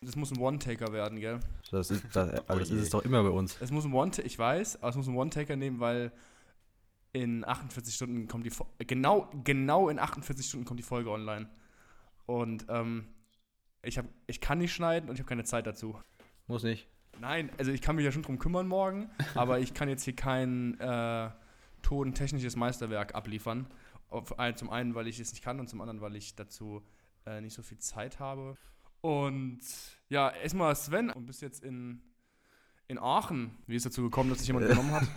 Das muss ein One-Taker werden, gell? Das ist es doch immer bei uns. Es muss ein One-Taker, ich weiß, aber es muss ein One-Taker nehmen, weil in 48 Stunden kommt genau in 48 Stunden kommt die Folge online. Und ich kann nicht schneiden und ich habe keine Zeit dazu. Muss nicht. Nein, also ich kann mich ja schon drum kümmern morgen, aber ich kann jetzt hier kein tontechnisches Meisterwerk abliefern. Zum einen, weil ich es nicht kann und zum anderen, weil ich dazu nicht so viel Zeit habe. Und ja, erstmal Sven, du bist jetzt in Aachen. Wie ist dazu gekommen, dass sich jemand genommen hat?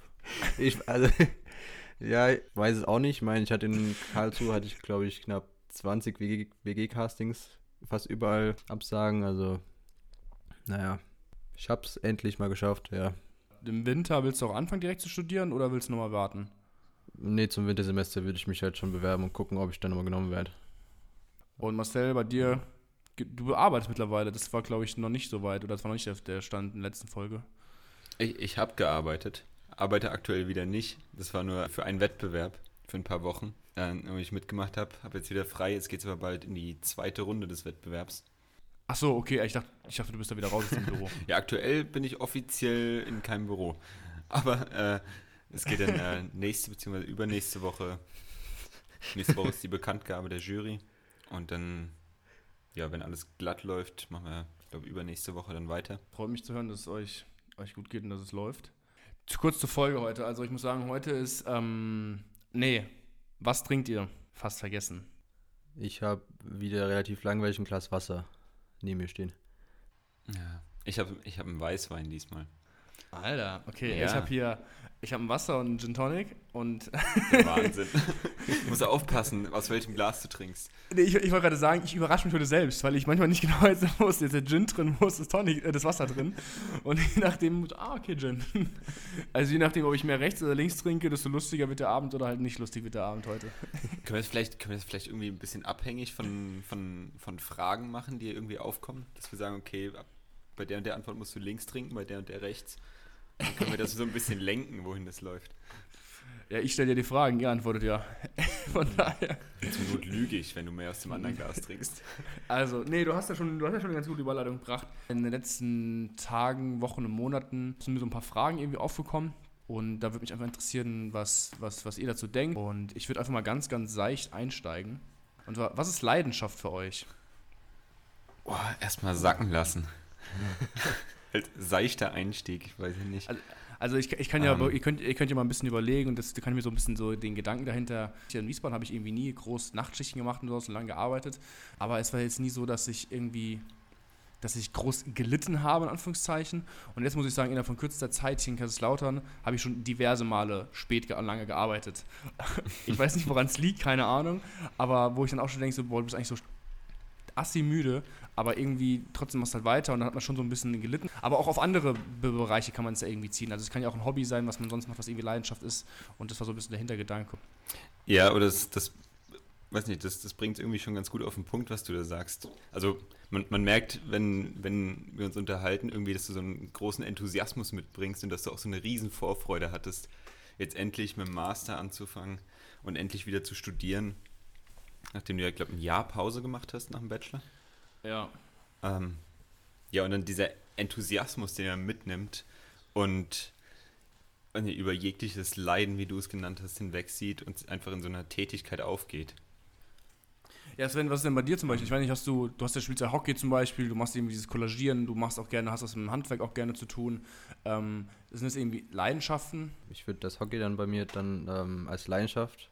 Ja, ich weiß es auch nicht. Ich meine, in Karlsruhe glaube ich, knapp 20 WG-Castings, fast überall Absagen. Also, naja, ich hab's endlich mal geschafft, ja. Im Winter willst du auch anfangen direkt zu studieren oder willst du nochmal warten? Nee, zum Wintersemester würde ich mich halt schon bewerben und gucken, ob ich dann nochmal genommen werde. Und Marcel, bei dir, du arbeitest mittlerweile. Das war, glaube ich, noch nicht so weit oder das war noch nicht der Stand in der letzten Folge. Ich habe gearbeitet, arbeite aktuell wieder nicht. Das war nur für einen Wettbewerb, für ein paar Wochen, wo ich mitgemacht habe. Habe jetzt wieder frei, jetzt geht es aber bald in die zweite Runde des Wettbewerbs. Ach so, okay, ich dachte, du bist da wieder raus aus dem Büro. Ja, aktuell bin ich offiziell in keinem Büro. Aber es geht dann nächste bzw. übernächste Woche. Nächste Woche ist die Bekanntgabe der Jury. Und dann, ja, wenn alles glatt läuft, machen wir, glaube ich, übernächste Woche dann weiter. Freut mich zu hören, dass es euch gut geht und dass es läuft. Kurz zur Folge heute. Also ich muss sagen, heute ist, was trinkt ihr? Fast vergessen. Ich habe wieder relativ langweilig ein Glas Wasser neben mir stehen. Ja, ich hab einen Weißwein diesmal. Alter, okay. Ja. Ich habe ein Wasser und einen Gin Tonic und... Der Wahnsinn. Du musst aufpassen, aus welchem Glas du trinkst. Nee, ich wollte gerade sagen, ich überrasche mich heute selbst, weil ich manchmal nicht genau weiß, wo ist jetzt der Gin drin, wo ist das Wasser drin. Und je nachdem, okay, Gin. Also je nachdem, ob ich mehr rechts oder links trinke, desto lustiger wird der Abend oder halt nicht lustig wird der Abend heute. Können wir das vielleicht irgendwie ein bisschen abhängig von Fragen machen, die irgendwie aufkommen? Dass wir sagen, okay, bei der und der Antwort musst du links trinken, bei der und der rechts. Dann können wir das so ein bisschen lenken, wohin das läuft. Ja, ich stelle dir die Fragen, ihr antwortet ja. Von daher. Zur Not lüge ich, wenn du mehr aus dem anderen Glas trinkst. Also, nee, du hast ja schon eine ganz gute Überleitung gebracht. In den letzten Tagen, Wochen und Monaten sind mir so ein paar Fragen irgendwie aufgekommen. Und da würde mich einfach interessieren, was ihr dazu denkt. Und ich würde einfach mal ganz, ganz seicht einsteigen. Und zwar, was ist Leidenschaft für euch? Boah, erstmal sacken lassen. Halt seichter Einstieg, ich weiß nicht. Also ich kann ja, ihr könnt ja mal ein bisschen überlegen und da kann ich mir so ein bisschen so den Gedanken dahinter. Hier in Wiesbaden habe ich irgendwie nie groß Nachtschichten gemacht und so lange gearbeitet. Aber es war jetzt nie so, dass ich groß gelitten habe, in Anführungszeichen. Und jetzt muss ich sagen, innerhalb von kürzester Zeit hier in Kaiserslautern habe ich schon diverse Male lange gearbeitet. Ich weiß nicht, woran es liegt, keine Ahnung. Aber wo ich dann auch schon denke, so, boah, du bist eigentlich so assi müde, aber irgendwie trotzdem machst du halt weiter und dann hat man schon so ein bisschen gelitten. Aber auch auf andere Bereiche kann man es ja irgendwie ziehen. Also es kann ja auch ein Hobby sein, was man sonst macht, was irgendwie Leidenschaft ist. Und das war so ein bisschen der Hintergedanke. Ja, oder das weiß nicht, das bringt es irgendwie schon ganz gut auf den Punkt, was du da sagst. Also man merkt, wenn wir uns unterhalten, irgendwie, dass du so einen großen Enthusiasmus mitbringst und dass du auch so eine riesen Vorfreude hattest, jetzt endlich mit dem Master anzufangen und endlich wieder zu studieren. Nachdem du ja, glaube ich, ein Jahr Pause gemacht hast nach dem Bachelor. Ja. Ja, und dann dieser Enthusiasmus, den er mitnimmt und über jegliches Leiden, wie du es genannt hast, hinwegsieht und einfach in so einer Tätigkeit aufgeht. Ja, Sven, was ist denn bei dir zum Beispiel? Ich weiß nicht, du spielst ja Hockey zum Beispiel, du machst irgendwie dieses Kollagieren, hast das mit dem Handwerk auch gerne zu tun. Sind das irgendwie Leidenschaften? Ich würde das Hockey dann bei mir als Leidenschaft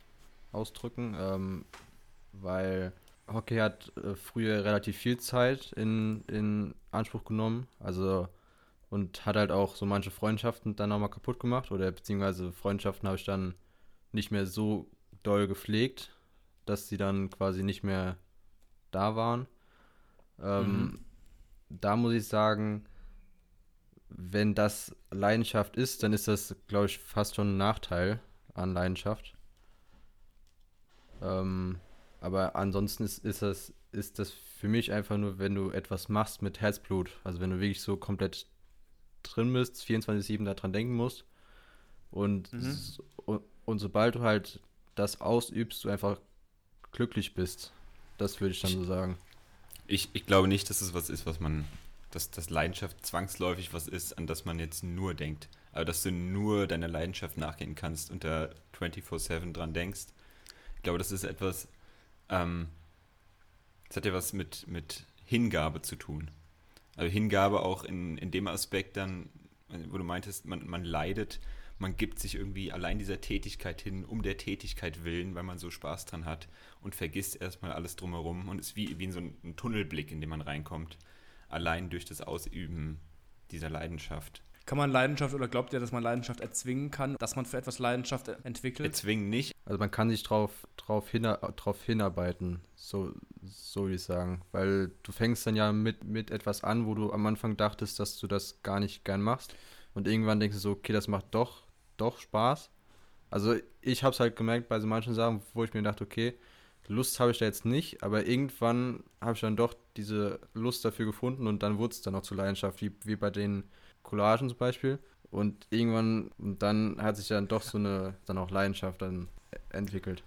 ausdrücken, weil Hockey hat früher relativ viel Zeit in Anspruch genommen, also und hat halt auch so manche Freundschaften dann nochmal kaputt gemacht oder beziehungsweise Freundschaften habe ich dann nicht mehr so doll gepflegt, dass sie dann quasi nicht mehr da waren. Da muss ich sagen, wenn das Leidenschaft ist, dann ist das, glaube ich, fast schon ein Nachteil an Leidenschaft. Aber ansonsten ist das für mich einfach nur, wenn du etwas machst mit Herzblut. Also wenn du wirklich so komplett drin bist, 24/7 da dran denken musst. Und sobald du halt das ausübst, du einfach glücklich bist. Das würde ich dann so sagen. Ich glaube nicht, dass es was ist, dass Leidenschaft zwangsläufig was ist, an das man jetzt nur denkt. Aber dass du nur deiner Leidenschaft nachgehen kannst und da 24/7 dran denkst. Ich glaube, das ist etwas, das hat ja was mit Hingabe zu tun. Also Hingabe auch in dem Aspekt dann, wo du meintest, man leidet, man gibt sich irgendwie allein dieser Tätigkeit hin, um der Tätigkeit willen, weil man so Spaß dran hat und vergisst erstmal alles drumherum und ist wie in so ein Tunnelblick, in den man reinkommt, allein durch das Ausüben dieser Leidenschaft. Kann man Leidenschaft oder glaubt ihr, dass man Leidenschaft erzwingen kann, dass man für etwas Leidenschaft entwickelt? Erzwingen nicht. Also man kann sich drauf hinarbeiten, so würde ich sagen. Weil du fängst dann ja mit etwas an, wo du am Anfang dachtest, dass du das gar nicht gern machst. Und irgendwann denkst du so, okay, das macht doch Spaß. Also ich habe es halt gemerkt bei so manchen Sachen, wo ich mir dachte, okay, Lust habe ich da jetzt nicht, aber irgendwann habe ich dann doch diese Lust dafür gefunden und dann wurde es dann auch zur Leidenschaft, wie bei den Collagen zum Beispiel. Und irgendwann, dann hat sich dann doch so eine dann auch Leidenschaft dann entwickelt.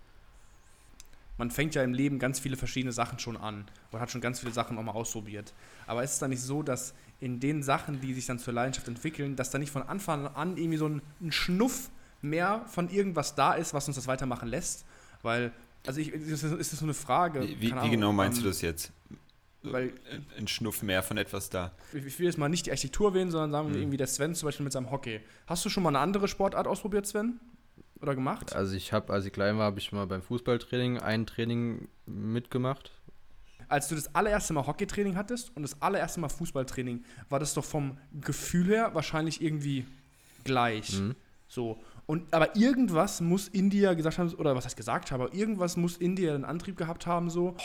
Man fängt ja im Leben ganz viele verschiedene Sachen schon an und hat schon ganz viele Sachen auch mal ausprobiert. Aber ist es dann nicht so, dass in den Sachen, die sich dann zur Leidenschaft entwickeln, dass da nicht von Anfang an irgendwie so ein Schnuff mehr von irgendwas da ist, was uns das weitermachen lässt? Weil, also ist das so eine Frage. Wie genau meinst du das jetzt? Weil ein Schnuff mehr von etwas da. Ich will jetzt mal nicht die Architektur wählen, sondern sagen wir irgendwie der Sven zum Beispiel mit seinem Hockey. Hast du schon mal eine andere Sportart ausprobiert, Sven? Oder gemacht? Also als ich klein war, habe ich mal beim Fußballtraining ein Training mitgemacht. Als du das allererste Mal Hockeytraining hattest und das allererste Mal Fußballtraining, war das doch vom Gefühl her wahrscheinlich irgendwie gleich. Mhm. So. Aber irgendwas muss in dir gesagt haben, oder was heißt gesagt haben, aber irgendwas muss in dir einen Antrieb gehabt haben, so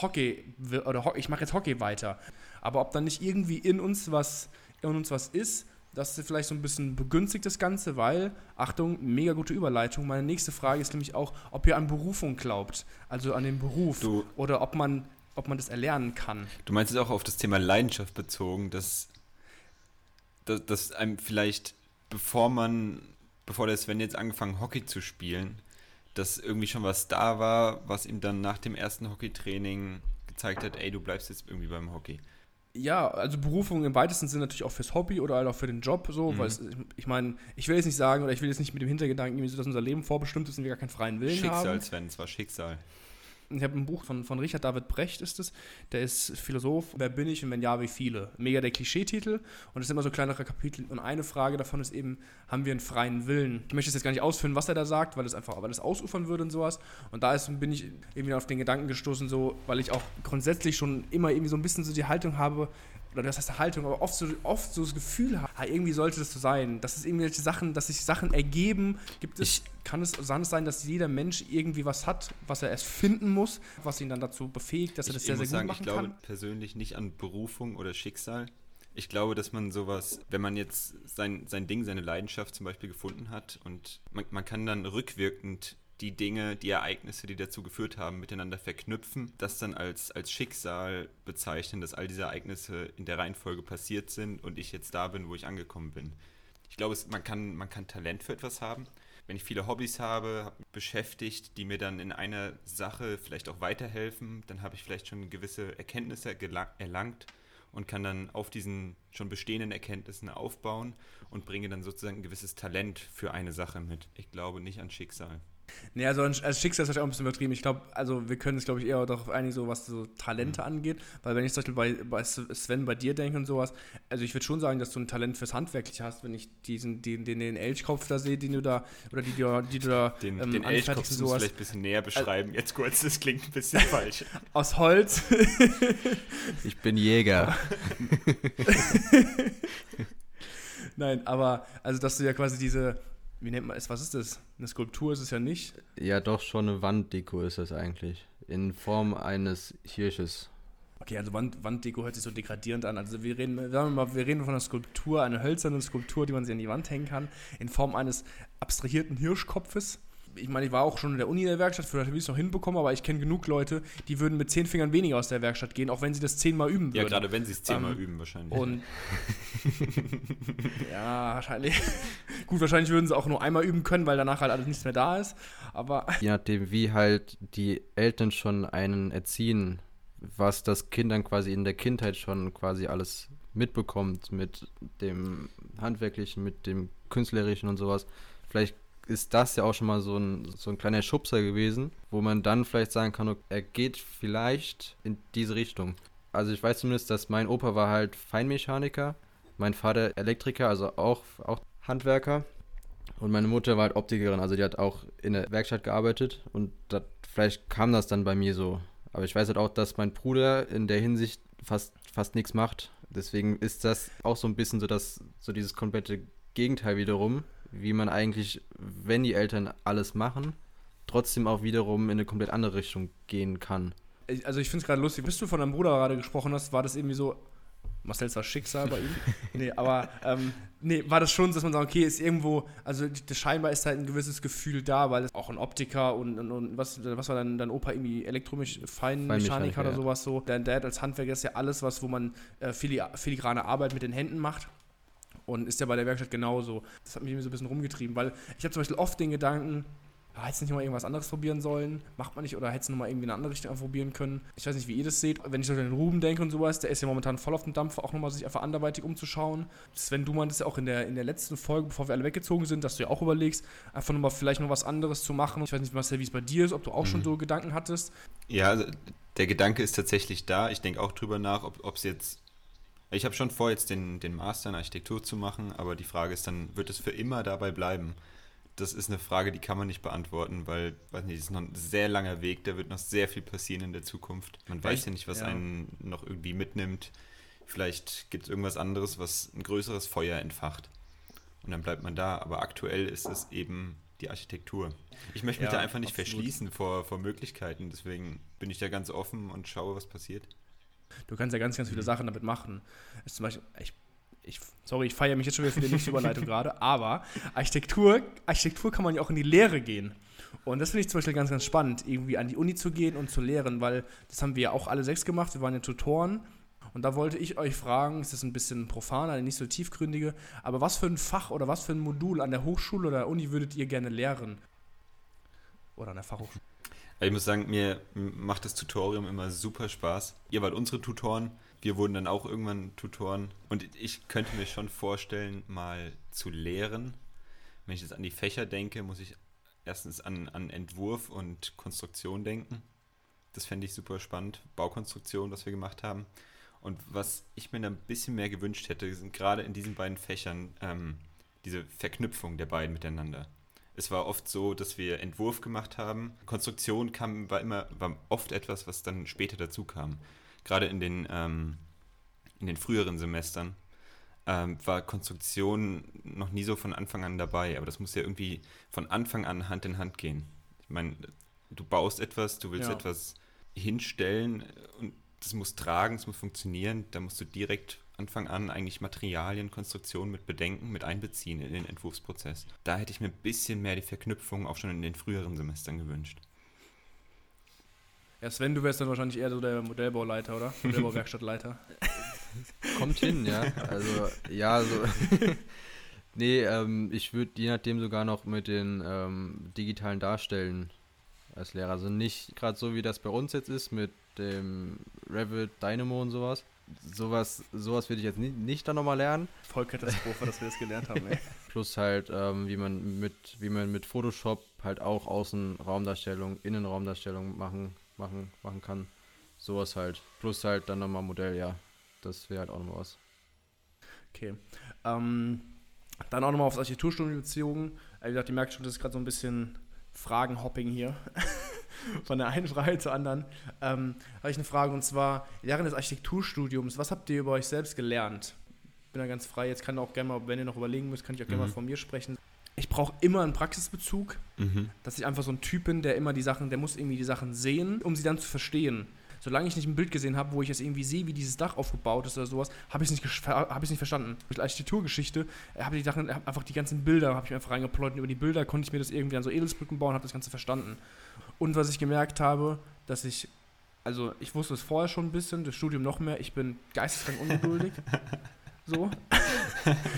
ich mache jetzt Hockey weiter. Aber ob dann nicht irgendwie in uns was ist, das vielleicht so ein bisschen begünstigt das Ganze, weil, Achtung, mega gute Überleitung. Meine nächste Frage ist nämlich auch, ob ihr an Berufung glaubt, also an den Beruf, oder ob man das erlernen kann. Du meinst es auch auf das Thema Leidenschaft bezogen, dass einem vielleicht, bevor der Sven jetzt angefangen Hockey zu spielen, dass irgendwie schon was da war, was ihm dann nach dem ersten Hockeytraining gezeigt hat, ey, du bleibst jetzt irgendwie beim Hockey. Ja, also Berufung im weitesten Sinne natürlich auch fürs Hobby oder halt auch für den Job, so, weil ich meine, ich will jetzt nicht sagen, oder ich will jetzt nicht mit dem Hintergedanken, dass unser Leben vorbestimmt ist und wir gar keinen freien Willen haben. Schicksal, Sven, es war Schicksal. Ich habe ein Buch von Richard David Brecht, ist es. Der ist Philosoph. Wer bin ich und wenn ja, wie viele? Mega der Klischeetitel. Und es sind immer so kleinere Kapitel. Und eine Frage davon ist eben, haben wir einen freien Willen? Ich möchte jetzt gar nicht ausführen, was er da sagt, weil das ausufern würde und sowas. Und da bin ich irgendwie auf den Gedanken gestoßen, so, weil ich auch grundsätzlich schon immer irgendwie so ein bisschen so die Haltung habe, oder das heißt Haltung, aber oft so das Gefühl habe, irgendwie sollte das so sein, dass es irgendwelche Sachen, dass sich Sachen ergeben, kann es sein, dass jeder Mensch irgendwie was hat, was er erst finden muss, was ihn dann dazu befähigt, dass er das sehr, sehr gut machen kann. Ich glaube persönlich nicht an Berufung oder Schicksal. Ich glaube, dass man sowas, wenn man jetzt sein Ding, seine Leidenschaft zum Beispiel gefunden hat und man kann dann rückwirkend die Dinge, die Ereignisse, die dazu geführt haben, miteinander verknüpfen, das dann als Schicksal bezeichnen, dass all diese Ereignisse in der Reihenfolge passiert sind und ich jetzt da bin, wo ich angekommen bin. Ich glaube, man kann Talent für etwas haben. Wenn ich viele Hobbys habe beschäftigt, die mir dann in einer Sache vielleicht auch weiterhelfen, dann habe ich vielleicht schon gewisse Erkenntnisse erlangt und kann dann auf diesen schon bestehenden Erkenntnissen aufbauen und bringe dann sozusagen ein gewisses Talent für eine Sache mit. Ich glaube nicht an Schicksal. Nee, also als Schicksal ist das auch ein bisschen übertrieben. Ich glaube, also wir können es, glaube ich, eher darauf einigen, so was so Talente angeht, weil wenn ich zum Beispiel bei Sven, bei dir denke und sowas, also ich würde schon sagen, dass du ein Talent fürs Handwerkliche hast, wenn ich den Elchkopf da sehe, den du da, oder die du da den Elchkopf musst du vielleicht ein bisschen näher beschreiben, jetzt kurz, das klingt ein bisschen falsch. Aus Holz. Ich bin Jäger. Nein, aber, also dass du ja quasi wie nennt man es, was ist das? Eine Skulptur ist es ja nicht. Ja, doch, schon eine Wanddeko ist das eigentlich. In Form eines Hirsches. Okay, also Wanddeko hört sich so degradierend an. Also wir reden von einer Skulptur, einer hölzernen Skulptur, die man sich an die Wand hängen kann, in Form eines abstrahierten Hirschkopfes. Ich meine, ich war auch schon in der Uni in der Werkstatt, vielleicht habe ich es noch hinbekommen, aber ich kenne genug Leute, die würden mit 10 Fingern weniger aus der Werkstatt gehen, auch wenn sie das 10-mal üben würden. Ja, gerade wenn sie es 10-mal üben wahrscheinlich. Und ja, wahrscheinlich. Gut, wahrscheinlich würden sie auch nur einmal üben können, weil danach halt alles nichts mehr da ist. Aber je nachdem, wie halt die Eltern schon einen erziehen was das Kind dann quasi in der Kindheit schon quasi alles mitbekommt mit dem Handwerklichen, mit dem Künstlerischen und sowas. Vielleicht ist das ja auch schon mal so ein kleiner Schubser gewesen, wo man dann vielleicht sagen kann, okay, er geht vielleicht in diese Richtung. Also ich weiß zumindest, dass mein Opa war halt Feinmechaniker, mein Vater Elektriker, also auch Handwerker. Und meine Mutter war halt Optikerin, also die hat auch in der Werkstatt gearbeitet und vielleicht kam das dann bei mir so. Aber ich weiß halt auch, dass mein Bruder in der Hinsicht fast nichts macht. Deswegen ist das auch so ein bisschen so dieses komplette Gegenteil wiederum, wie man eigentlich, wenn die Eltern alles machen, trotzdem auch wiederum in eine komplett andere Richtung gehen kann. Also ich finde es gerade lustig, bis du von deinem Bruder gerade gesprochen hast, war das irgendwie so, Marcel's war Schicksal bei ihm. Nee, aber war das schon, dass man sagt, okay, ist irgendwo, also scheinbar ist halt ein gewisses Gefühl da, weil es auch ein Optiker und was war dein Opa irgendwie Feinmechaniker oder sowas so. Dein Dad als Handwerker ist ja alles, wo man filigrane Arbeit mit den Händen macht. Und ist ja bei der Werkstatt genauso. Das hat mich irgendwie so ein bisschen rumgetrieben, weil ich habe zum Beispiel oft den Gedanken, hättest du nicht mal irgendwas anderes probieren sollen? Macht man nicht, oder hättest du noch mal irgendwie eine andere Richtung probieren können? Ich weiß nicht, wie ihr das seht. Wenn ich so an den Ruben denke und sowas, der ist ja momentan voll auf dem Dampf, auch nochmal sich einfach anderweitig umzuschauen. Sven, du meintest ja auch in der letzten Folge, bevor wir alle weggezogen sind, dass du ja auch überlegst, einfach nochmal vielleicht noch was anderes zu machen. Ich weiß nicht, Marcel, wie es bei dir ist, ob du auch schon so Gedanken hattest. Ja, also der Gedanke ist tatsächlich da. Ich denke auch drüber nach, ob es jetzt... Ich habe schon vor, jetzt den Master in Architektur zu machen, aber die Frage ist dann, wird es für immer dabei bleiben? Das ist eine Frage, die kann man nicht beantworten, weil, weiß nicht, das ist noch ein sehr langer Weg, da wird noch sehr viel passieren in der Zukunft. Man weiß ja nicht, was einen noch irgendwie mitnimmt. Vielleicht gibt es irgendwas anderes, was ein größeres Feuer entfacht. Und dann bleibt man da, aber aktuell ist es eben die Architektur. Ich möchte mich da einfach nicht verschließen vor Möglichkeiten, deswegen bin ich da ganz offen und schaue, was passiert. Du kannst ja ganz, ganz viele Sachen damit machen. Das ist zum Beispiel, ich feiere mich jetzt schon wieder für die nächste Überleitung gerade, aber Architektur kann man ja auch in die Lehre gehen. Und das finde ich zum Beispiel ganz, ganz spannend, irgendwie an die Uni zu gehen und zu lehren, weil das haben wir ja auch alle 6 gemacht, wir waren ja Tutoren. Und da wollte ich euch fragen, ist das ein bisschen profaner, nicht so tiefgründige, aber was für ein Fach oder was für ein Modul an der Hochschule oder der Uni würdet ihr gerne lehren? Oder an der Fachhochschule? Ich muss sagen, mir macht das Tutorium immer super Spaß. Ihr wart unsere Tutoren, wir wurden dann auch irgendwann Tutoren. Und ich könnte mir schon vorstellen, mal zu lehren. Wenn ich jetzt an die Fächer denke, muss ich erstens an Entwurf und Konstruktion denken. Das fände ich super spannend. Baukonstruktion, was wir gemacht haben. Und was ich mir da ein bisschen mehr gewünscht hätte, sind gerade in diesen beiden Fächern diese Verknüpfung der beiden miteinander. Es war oft so, dass wir Entwurf gemacht haben. Konstruktion war oft etwas, was dann später dazu kam. Gerade in den früheren Semestern war Konstruktion noch nie so von Anfang an dabei. Aber das muss ja irgendwie von Anfang an Hand in Hand gehen. Ich meine, du baust etwas, du willst etwas hinstellen und das muss tragen, es muss funktionieren. Da musst du direkt Anfang an eigentlich Materialien, Konstruktionen mit bedenken, mit einbeziehen in den Entwurfsprozess. Da hätte ich mir ein bisschen mehr die Verknüpfung auch schon in den früheren Semestern gewünscht. Ja, Sven, du wärst dann wahrscheinlich eher so der Modellbauleiter, oder? Modellbauwerkstattleiter. Kommt hin, ja. Also nee, ich würde je nachdem sogar noch mit den digitalen Darstellen als Lehrer. Also nicht gerade so, wie das bei uns jetzt ist, mit dem Revit, Dynamo und sowas. Sowas würde ich jetzt nicht dann nochmal lernen. Voll Katastrophe, dass wir das gelernt haben, ey. Plus halt, wie man mit Photoshop halt auch Außenraumdarstellung, Innenraumdarstellung machen kann. Sowas halt. Plus halt dann nochmal Modell, ja. Das wäre halt auch nochmal was. Okay. Dann auch nochmal aufs Architekturstudium bezogen. Wie gesagt, ihr merkt schon, das ist gerade so ein bisschen Fragenhopping hier. Von der einen Frage zur anderen. Habe ich eine Frage, und zwar, während des Architekturstudiums, was habt ihr über euch selbst gelernt? Ich bin da ganz frei, jetzt kann auch gerne mal, wenn ihr noch überlegen müsst, kann ich auch gerne mal von mir sprechen. Ich brauche immer einen Praxisbezug, dass ich einfach so ein Typ bin, der muss irgendwie die Sachen sehen, um sie dann zu verstehen. Solange ich nicht ein Bild gesehen habe, wo ich jetzt irgendwie sehe, wie dieses Dach aufgebaut ist oder sowas, habe ich es nicht verstanden. Mit Architekturgeschichte habe ich einfach die ganzen Bilder, habe ich mir einfach reingeplottet, und über die Bilder konnte ich mir das irgendwie an so Edelsbrücken bauen, habe das Ganze verstanden. Und was ich gemerkt habe, dass ich wusste es vorher schon ein bisschen, das Studium noch mehr, ich bin geisteskrank ungeduldig. So.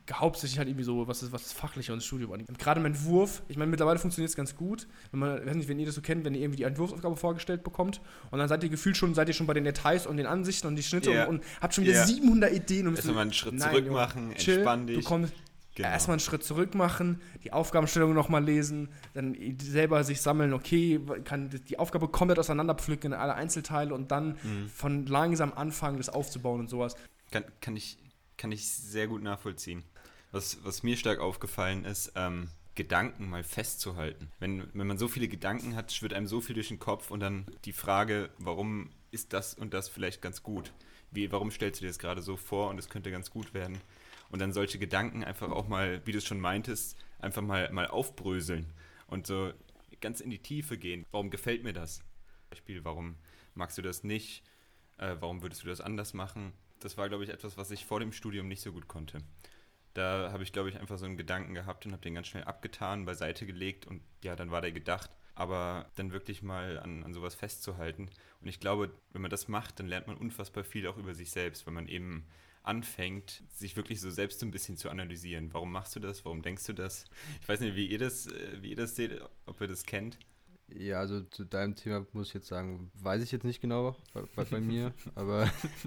hauptsächlich halt irgendwie so, was das Fachliche und das Studium angeht. Und gerade im Entwurf, ich meine, mittlerweile funktioniert es ganz gut. Ich weiß nicht, wenn ihr das so kennt, wenn ihr irgendwie die Entwurfsaufgabe vorgestellt bekommt und dann seid ihr schon bei den Details und den Ansichten und die Schnitte und habt schon wieder 700 Ideen. Und erstmal einen Schritt zurück machen, entspann dich. Erstmal einen Schritt zurück machen, die Aufgabenstellung nochmal lesen, dann selber sich sammeln, okay, kann die Aufgabe komplett auseinanderpflücken in alle Einzelteile und dann von langsam anfangen, das aufzubauen und sowas. Kann ich sehr gut nachvollziehen. Was mir stark aufgefallen ist, Gedanken mal festzuhalten. Wenn man so viele Gedanken hat, schwirrt einem so viel durch den Kopf und dann die Frage, warum ist das und das vielleicht ganz gut? Warum stellst du dir das gerade so vor und es könnte ganz gut werden? Und dann solche Gedanken einfach auch mal, wie du es schon meintest, einfach mal aufbröseln und so ganz in die Tiefe gehen. Warum gefällt mir das? Beispiel, warum magst du das nicht? Warum würdest du das anders machen? Das war, glaube ich, etwas, was ich vor dem Studium nicht so gut konnte. Da habe ich, glaube ich, einfach so einen Gedanken gehabt und habe den ganz schnell abgetan, beiseite gelegt und ja, dann war der gedacht. Aber dann wirklich mal an sowas festzuhalten. Und ich glaube, wenn man das macht, dann lernt man unfassbar viel auch über sich selbst, wenn man eben anfängt, sich wirklich so selbst so ein bisschen zu analysieren. Warum machst du das? Warum denkst du das? Ich weiß nicht, wie ihr das seht, ob ihr das kennt. Ja, also zu deinem Thema muss ich jetzt sagen, weiß ich jetzt nicht genau bei mir, aber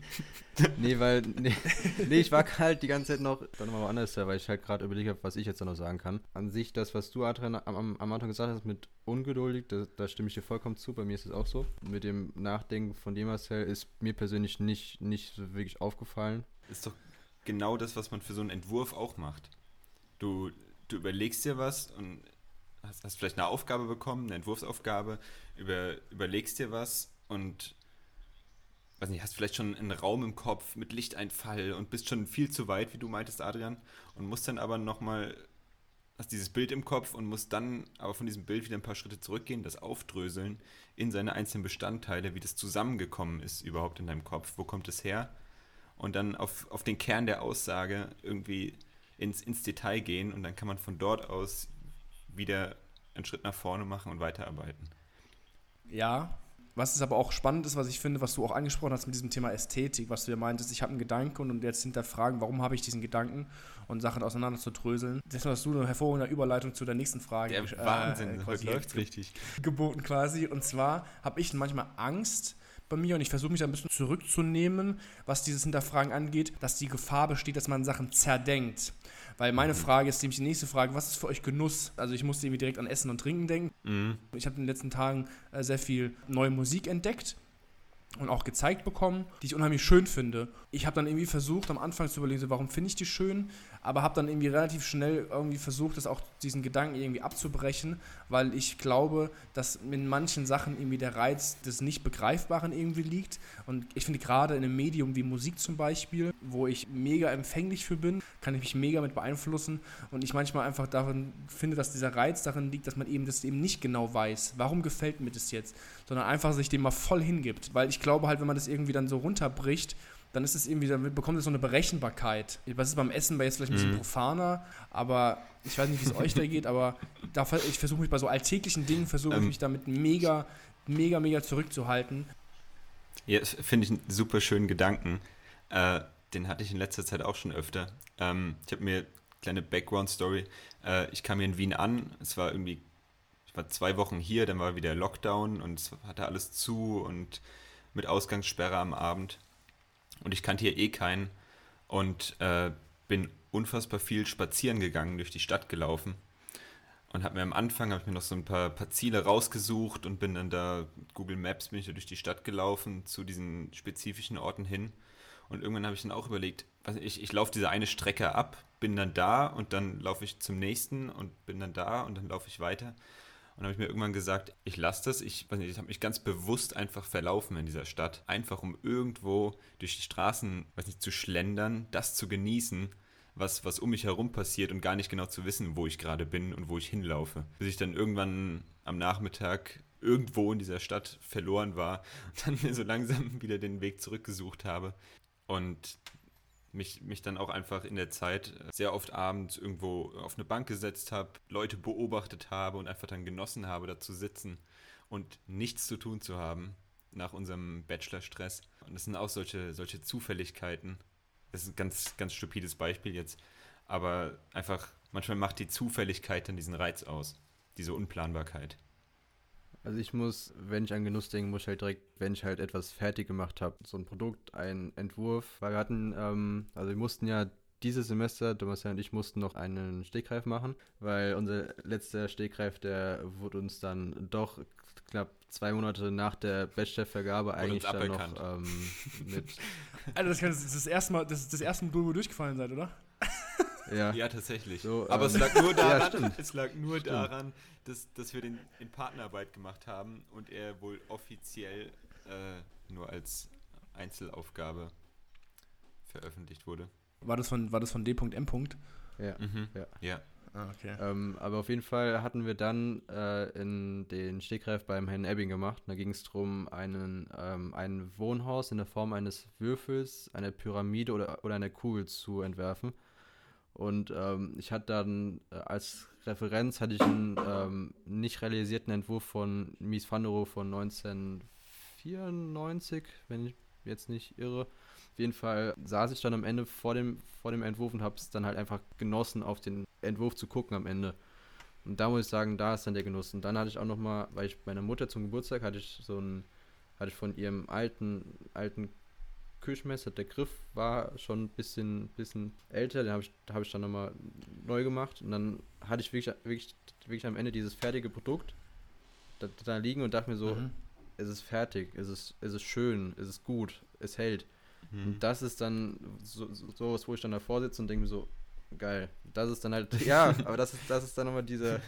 ich war halt die ganze Zeit noch mal woanders da, weil ich halt gerade überlegt habe, was ich jetzt da noch sagen kann. An sich, das, was du, Adrian, am Anfang gesagt hast mit ungeduldig, da stimme ich dir vollkommen zu, bei mir ist es auch so. Mit dem Nachdenken von dem, Marcel, ist mir persönlich nicht so wirklich aufgefallen. Ist doch genau das, was man für so einen Entwurf auch macht. Du überlegst dir was und hast vielleicht eine Aufgabe bekommen, eine Entwurfsaufgabe, überlegst dir was und weiß nicht, hast vielleicht schon einen Raum im Kopf mit Lichteinfall und bist schon viel zu weit, wie du meintest, Adrian, und musst dann aber nochmal, hast dieses Bild im Kopf und musst dann aber von diesem Bild wieder ein paar Schritte zurückgehen, das aufdröseln in seine einzelnen Bestandteile, wie das zusammengekommen ist überhaupt in deinem Kopf, wo kommt es her? Und dann auf den Kern der Aussage irgendwie ins Detail gehen und dann kann man von dort aus wieder einen Schritt nach vorne machen und weiterarbeiten. Ja, was ist aber auch spannend ist, was ich finde, was du auch angesprochen hast mit diesem Thema Ästhetik, was du ja meintest, ich habe einen Gedanken und jetzt hinterfragen, warum habe ich diesen Gedanken und Sachen auseinander zu dröseln. Deswegen hast du eine hervorragende Überleitung zu der nächsten Frage. Der Wahnsinn, heute läuft's richtig. Geboten quasi. Und zwar habe ich manchmal Angst bei mir und ich versuche mich da ein bisschen zurückzunehmen, was dieses Hinterfragen angeht, dass die Gefahr besteht, dass man Sachen zerdenkt. Weil meine Frage ist nämlich die nächste Frage, was ist für euch Genuss? Also ich musste irgendwie direkt an Essen und Trinken denken. Ich habe in den letzten Tagen sehr viel neue Musik entdeckt und auch gezeigt bekommen, die ich unheimlich schön finde. Ich habe dann irgendwie versucht, am Anfang zu überlegen, so, warum finde ich die schön, aber habe dann irgendwie relativ schnell irgendwie versucht, diesen Gedanken irgendwie abzubrechen, weil ich glaube, dass in manchen Sachen irgendwie der Reiz des Nicht-Begreifbaren irgendwie liegt. Und ich finde gerade in einem Medium wie Musik zum Beispiel, wo ich mega empfänglich für bin, kann ich mich mega mit beeinflussen und ich manchmal einfach darin finde, dass dieser Reiz darin liegt, dass man eben das eben nicht genau weiß, warum gefällt mir das jetzt, sondern einfach sich dem mal voll hingibt, weil ich glaube halt, wenn man das irgendwie dann so runterbricht, dann ist es irgendwie, dann bekommt es so eine Berechenbarkeit. Was ist beim Essen jetzt vielleicht ein bisschen profaner, aber ich weiß nicht, wie es euch da geht, aber ich versuche mich bei so alltäglichen Dingen, mich damit mega zurückzuhalten. Ja, finde ich einen super schönen Gedanken. Den hatte ich in letzter Zeit auch schon öfter. Ich habe mir kleine Background-Story. Ich kam hier in Wien an, ich war 2 Wochen hier, dann war wieder Lockdown und es hatte alles zu und mit Ausgangssperre am Abend. Und ich kannte hier keinen und bin unfassbar viel spazieren gegangen, durch die Stadt gelaufen und habe mir noch so ein paar Ziele rausgesucht und bin dann da, Google Maps, bin ich da durch die Stadt gelaufen, zu diesen spezifischen Orten hin und irgendwann habe ich dann auch überlegt, ich laufe diese eine Strecke ab, bin dann da und dann laufe ich zum nächsten und bin dann da und dann laufe ich weiter. Und habe ich mir irgendwann gesagt, ich lasse das, ich habe mich ganz bewusst einfach verlaufen in dieser Stadt, einfach um irgendwo durch die Straßen, zu schlendern, das zu genießen, was um mich herum passiert und gar nicht genau zu wissen, wo ich gerade bin und wo ich hinlaufe. Bis ich dann irgendwann am Nachmittag irgendwo in dieser Stadt verloren war und dann mir so langsam wieder den Weg zurückgesucht habe und mich dann auch einfach in der Zeit sehr oft abends irgendwo auf eine Bank gesetzt habe, Leute beobachtet habe und einfach dann genossen habe, da zu sitzen und nichts zu tun zu haben nach unserem Bachelor-Stress. Und das sind auch solche Zufälligkeiten. Das ist ein ganz, ganz stupides Beispiel jetzt. aber einfach, manchmal macht die Zufälligkeit dann diesen Reiz aus, diese Unplanbarkeit. Also ich muss, wenn ich an Genuss denke, muss ich halt direkt, wenn ich halt etwas fertig gemacht habe, so ein Produkt, einen Entwurf, weil wir hatten, also wir mussten ja dieses Semester, Thomas und ich mussten noch einen Stegreif machen, weil unser letzter Stegreif, der wurde uns dann doch knapp 2 Monate nach der Bachelorvergabe eigentlich dann noch mit... Also das ist das erste Mal, das ist das erste Modul, wo ihr durchgefallen seid, oder? Ja, tatsächlich. So, aber es lag nur daran, ja, es lag nur daran, dass wir den in Partnerarbeit gemacht haben und er wohl offiziell nur als Einzelaufgabe veröffentlicht wurde. War das von D.M. Ja, Ja. Ah, okay. Aber auf jeden Fall hatten wir dann in den Stegreif beim Herrn Ebbing gemacht. Da ging es darum, ein Wohnhaus in der Form eines Würfels, einer Pyramide oder einer Kugel zu entwerfen. Und ich hatte dann als Referenz hatte ich einen nicht realisierten Entwurf von Mies van der Rohe von 1994, wenn ich jetzt nicht irre. Auf jeden Fall saß ich dann am Ende vor dem Entwurf und habe es dann halt einfach genossen, auf den Entwurf zu gucken am Ende. Und da muss ich sagen, da ist dann der Genuss. Und dann hatte ich auch nochmal, weil ich meiner Mutter zum Geburtstag hatte ich von ihrem alten Küchenmesser, der Griff war schon ein bisschen älter, den hab ich dann nochmal neu gemacht. Und dann hatte ich wirklich am Ende dieses fertige Produkt da liegen und dachte mir so, es ist fertig, es ist schön, es ist gut, es hält. Und das ist dann sowas, wo ich dann davor sitze und denke mir so, geil. Das ist dann halt, ja, aber das ist dann nochmal dieser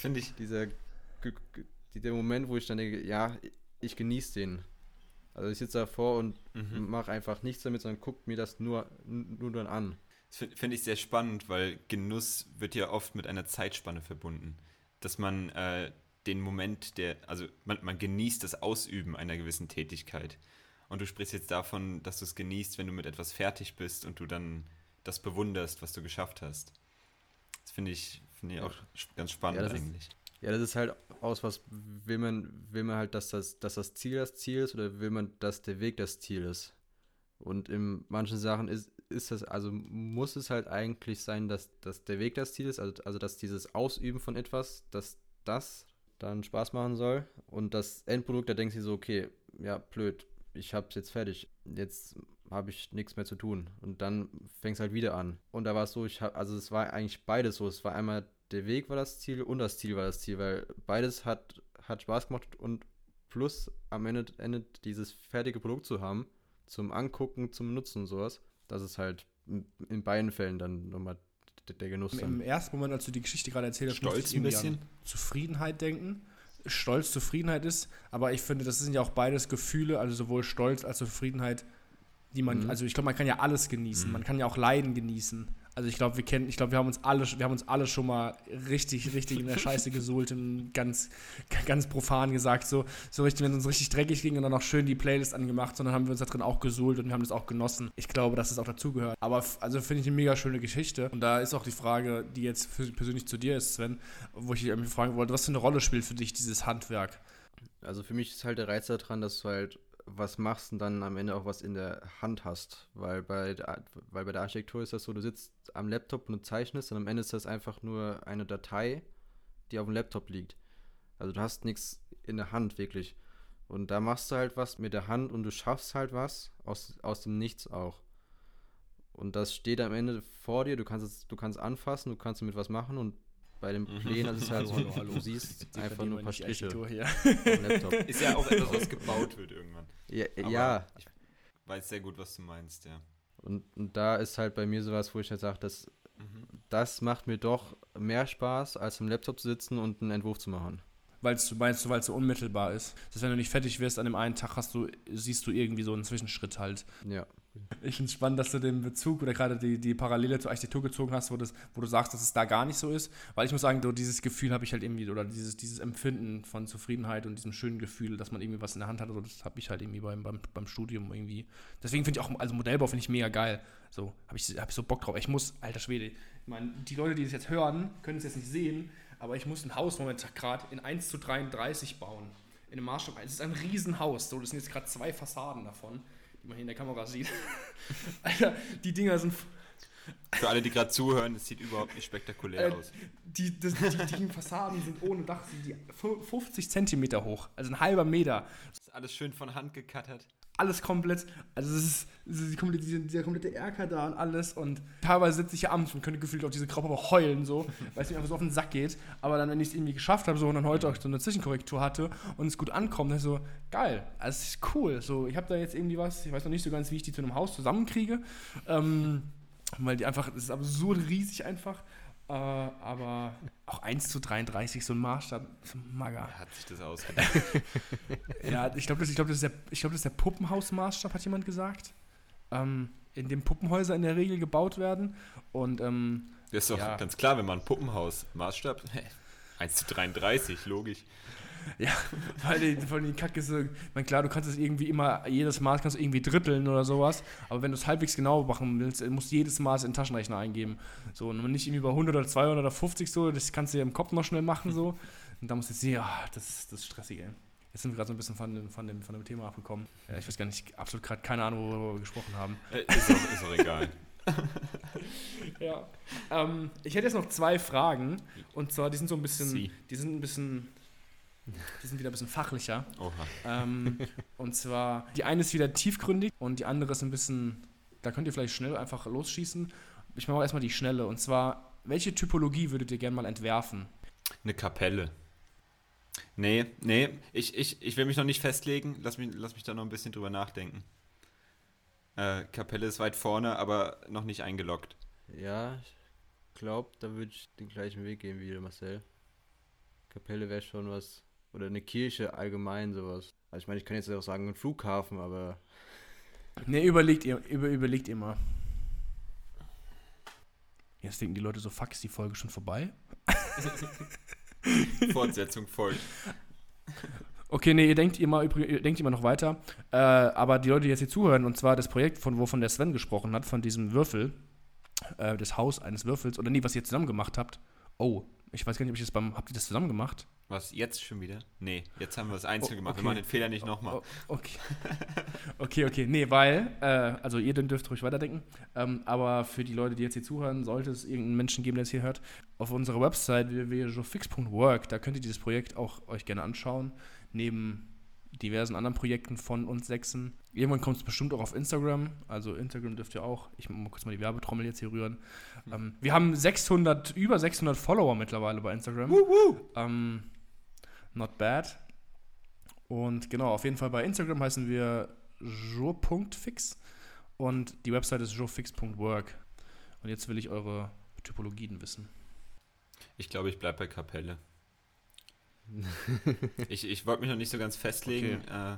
Moment, wo ich dann denke, ja, ich genieße den. Also ich sitze davor und mache einfach nichts damit, sondern gucke mir das nur dann an. Das finde ich sehr spannend, weil Genuss wird ja oft mit einer Zeitspanne verbunden. Dass man den Moment man genießt das Ausüben einer gewissen Tätigkeit. Und du sprichst jetzt davon, dass du es genießt, wenn du mit etwas fertig bist und du dann das bewunderst, was du geschafft hast. Das finde ich auch ganz spannend eigentlich. Ja, das ist halt aus, was will man halt, dass das Ziel ist oder will man, dass der Weg das Ziel ist? Und in manchen Sachen ist das, also muss es halt eigentlich sein, dass der Weg das Ziel ist, also dass dieses Ausüben von etwas, dass das dann Spaß machen soll. Und das Endprodukt, da denkst du so, okay, ja, blöd, ich hab's jetzt fertig, jetzt habe ich nichts mehr zu tun. Und dann fängst halt wieder an. Und da war es so, es war eigentlich beides so. Es war einmal, der Weg war das Ziel und das Ziel war das Ziel, weil beides hat Spaß gemacht und plus am Ende dieses fertige Produkt zu haben, zum Angucken, zum Nutzen und sowas, das ist halt in beiden Fällen dann nochmal der Genuss. Im ersten Moment, als du die Geschichte gerade erzählt hast, Stolz ein bisschen an Zufriedenheit denken. Stolz, Zufriedenheit ist, aber ich finde, das sind ja auch beides Gefühle, also sowohl Stolz als auch Zufriedenheit, die man, also ich glaube, man kann ja alles genießen, man kann ja auch Leiden genießen. Also ich glaube, wir haben uns alle schon mal richtig in der Scheiße gesuhlt und ganz profan gesagt, so richtig, wenn es uns richtig dreckig ging und dann auch schön die Playlist angemacht, sondern haben wir uns da drin auch gesuhlt und wir haben das auch genossen. Ich glaube, dass das auch dazugehört. Aber also finde ich eine mega schöne Geschichte. Und da ist auch die Frage, die jetzt persönlich zu dir ist, Sven, wo ich dich irgendwie fragen wollte, was für eine Rolle spielt für dich dieses Handwerk? Also für mich ist halt der Reiz daran, dass du halt was machst und dann am Ende auch was in der Hand hast. Weil bei der Architektur ist das so, du sitzt am Laptop und du zeichnest und am Ende ist das einfach nur eine Datei, die auf dem Laptop liegt. Also du hast nichts in der Hand wirklich. Und da machst du halt was mit der Hand und du schaffst halt was aus dem Nichts auch. Und das steht am Ende vor dir, du kannst anfassen, du kannst damit was machen und bei den Plänen ist es halt so, du siehst einfach nur ein paar Striche auf dem Laptop. Ist ja auch etwas, was gebaut wird irgendwann. Ja. Ich weiß sehr gut, was du meinst, ja. Und da ist halt bei mir sowas, wo ich halt sage, das macht mir doch mehr Spaß, als im Laptop zu sitzen und einen Entwurf zu machen. Weil es so unmittelbar ist. Dass wenn du nicht fertig wirst an dem einen Tag, siehst du irgendwie so einen Zwischenschritt halt. Ja. Ich finde es spannend, dass du den Bezug oder gerade die Parallele zur Architektur gezogen hast, wo du sagst, dass es da gar nicht so ist. Weil ich muss sagen, so dieses Gefühl habe ich halt irgendwie, oder dieses Empfinden von Zufriedenheit und diesem schönen Gefühl, dass man irgendwie was in der Hand hat, oder das habe ich halt irgendwie beim Studium irgendwie. Deswegen finde ich auch, also Modellbau finde ich mega geil. So, habe ich so Bock drauf. Alter Schwede, ich meine, die Leute, die das jetzt hören, können es jetzt nicht sehen, aber ich muss ein Haus momentan gerade in 1:33 bauen. In einem Maßstab. Es ist ein Riesenhaus. So, das sind jetzt gerade 2 Fassaden davon, die man hier in der Kamera sieht. Alter, die Dinger sind Für alle, die gerade zuhören, es sieht überhaupt nicht spektakulär aus. Die Fassaden sind ohne Dach, sind die 50 Zentimeter hoch, also ein halber Meter. Das ist alles schön von Hand gekattert. Alles komplett, also es ist dieser komplette Erker da und alles und teilweise sitze ich hier abends und könnte gefühlt auf diese Graufarbe heulen, so, weil es mir einfach so auf den Sack geht, aber dann, wenn ich es irgendwie geschafft habe, so, und dann heute auch so eine Zwischenkorrektur hatte und es gut ankommt, dann ist so, geil, also es ist cool, so, ich habe da jetzt irgendwie was, ich weiß noch nicht so ganz, wie ich die zu einem Haus zusammenkriege, weil die einfach, das ist absurd riesig einfach, aber auch 1:33, so ein Maßstab, Maga. Wer hat sich das ausgedacht? Ja, ich glaube, das ist der Puppenhausmaßstab, hat jemand gesagt. In dem Puppenhäuser in der Regel gebaut werden. Und, Das ist doch ganz klar, wenn man ein Puppenhaus-Maßstab, 1:33, logisch. Ja, weil die Kacke ist so, ich meine, klar, du kannst es irgendwie immer, jedes Maß kannst du irgendwie dritteln oder sowas, aber wenn du es halbwegs genau machen willst, musst du jedes Maß in den Taschenrechner eingeben. So, und nicht irgendwie über 100 oder 200 oder 50 so, das kannst du ja im Kopf noch schnell machen, so. Und da musst du jetzt sehen, das ist stressig, ey. Jetzt sind wir gerade so ein bisschen von dem Thema abgekommen. Ja, ich weiß gar nicht, absolut gerade keine Ahnung, worüber wir gesprochen haben. Ist auch egal. Ja. Ich hätte jetzt noch 2 Fragen, und zwar, die sind wieder ein bisschen fachlicher. Oha. Und zwar, die eine ist wieder tiefgründig und die andere ist ein bisschen, da könnt ihr vielleicht schnell einfach losschießen. Ich mache erstmal die schnelle. Und zwar, welche Typologie würdet ihr gerne mal entwerfen? Eine Kapelle. Nee, ich will mich noch nicht festlegen. Lass mich da noch ein bisschen drüber nachdenken. Kapelle ist weit vorne, aber noch nicht eingeloggt. Ja, ich glaube, da würde ich den gleichen Weg gehen wie der Marcel. Kapelle wäre schon was, oder eine Kirche allgemein sowas. Also ich meine, ich kann jetzt auch sagen, ein Flughafen, aber... Ne, überlegt ihr mal. Jetzt denken die Leute so, fuck, ist die Folge schon vorbei? Fortsetzung folgt. Okay, nee, ihr denkt immer noch weiter. Aber die Leute, die jetzt hier zuhören, und zwar das Projekt, wovon der Sven gesprochen hat, von diesem Würfel, das Haus eines Würfels, oder nee, was ihr zusammen gemacht habt. Oh, ich weiß gar nicht, habt ihr das zusammen gemacht? Was, jetzt schon wieder? Nee, jetzt haben wir es einzeln gemacht. Wir machen den Fehler nicht nochmal. Okay. Nee, weil, also ihr dürft ruhig weiterdenken, aber für die Leute, die jetzt hier zuhören, sollte es irgendeinen Menschen geben, der es hier hört, auf unserer Website www.jofix.work, da könnt ihr dieses Projekt auch euch gerne anschauen, neben diversen anderen Projekten von uns 6. Irgendwann kommt es bestimmt auch auf Instagram, also Instagram dürft ihr auch, ich muss kurz mal die Werbetrommel jetzt hier rühren. Wir haben über 600 Follower mittlerweile bei Instagram. Not bad. Und genau, auf jeden Fall bei Instagram heißen wir jo.fix und die Website ist jofix.work. Und jetzt will ich eure Typologien wissen. Ich glaube, ich bleibe bei Kapelle. Ich wollte mich noch nicht so ganz festlegen, okay.